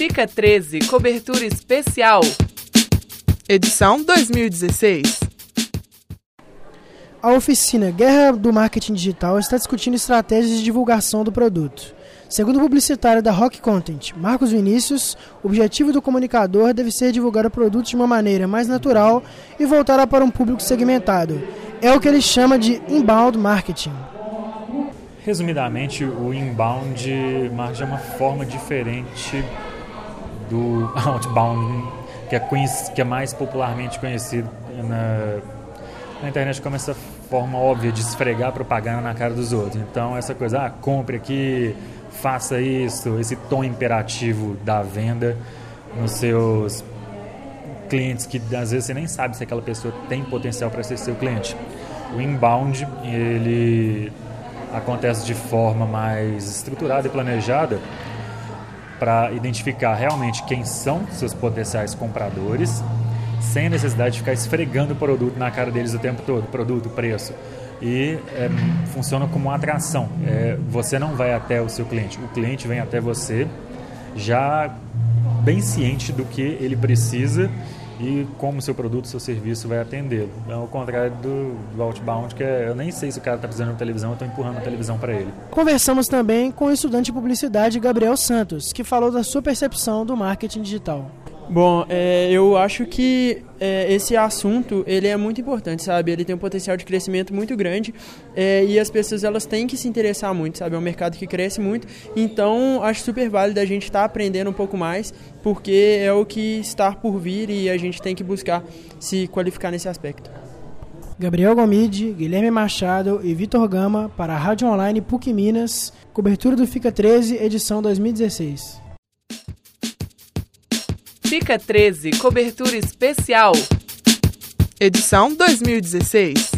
Fica 13, cobertura especial. Edição 2016. A oficina Guerra do Marketing Digital está discutindo estratégias de divulgação do produto. Segundo o publicitário da Rock Content, Marcos Vinícius, o objetivo do comunicador deve ser divulgar o produto de uma maneira mais natural e voltar para um público segmentado. É o que ele chama de inbound marketing. Resumidamente, o inbound marketing é uma forma diferente do outbound, que é mais popularmente conhecido na internet como essa forma óbvia de esfregar propaganda na cara dos outros. Então, essa coisa, compre aqui, faça isso, esse tom imperativo da venda nos seus clientes, que às vezes você nem sabe se aquela pessoa tem potencial para ser seu cliente. O inbound, ele acontece de forma mais estruturada e planejada para identificar realmente quem são seus potenciais compradores, sem necessidade de ficar esfregando o produto na cara deles o tempo todo, produto, preço. E funciona como uma atração. Você não vai até o seu cliente, o cliente vem até você já bem ciente do que ele precisa e como o seu produto, seu serviço vai atendê-lo. Ao contrário do outbound, que eu nem sei se o cara está precisando de televisão, eu estou empurrando a televisão para ele. Conversamos também com o estudante de publicidade Gabriel Santos, que falou da sua percepção do marketing digital. Bom, eu acho que esse assunto ele é muito importante, sabe? Ele tem um potencial de crescimento muito grande e as pessoas elas têm que se interessar muito, sabe? É um mercado que cresce muito, então acho super válido a gente estar aprendendo um pouco mais, porque é o que está por vir e a gente tem que buscar se qualificar nesse aspecto. Gabriel Gomide, Guilherme Machado e Vitor Gama para a Rádio Online PUC Minas, cobertura do Fica 13, edição 2016. Fica 13, cobertura especial. Edição 2016.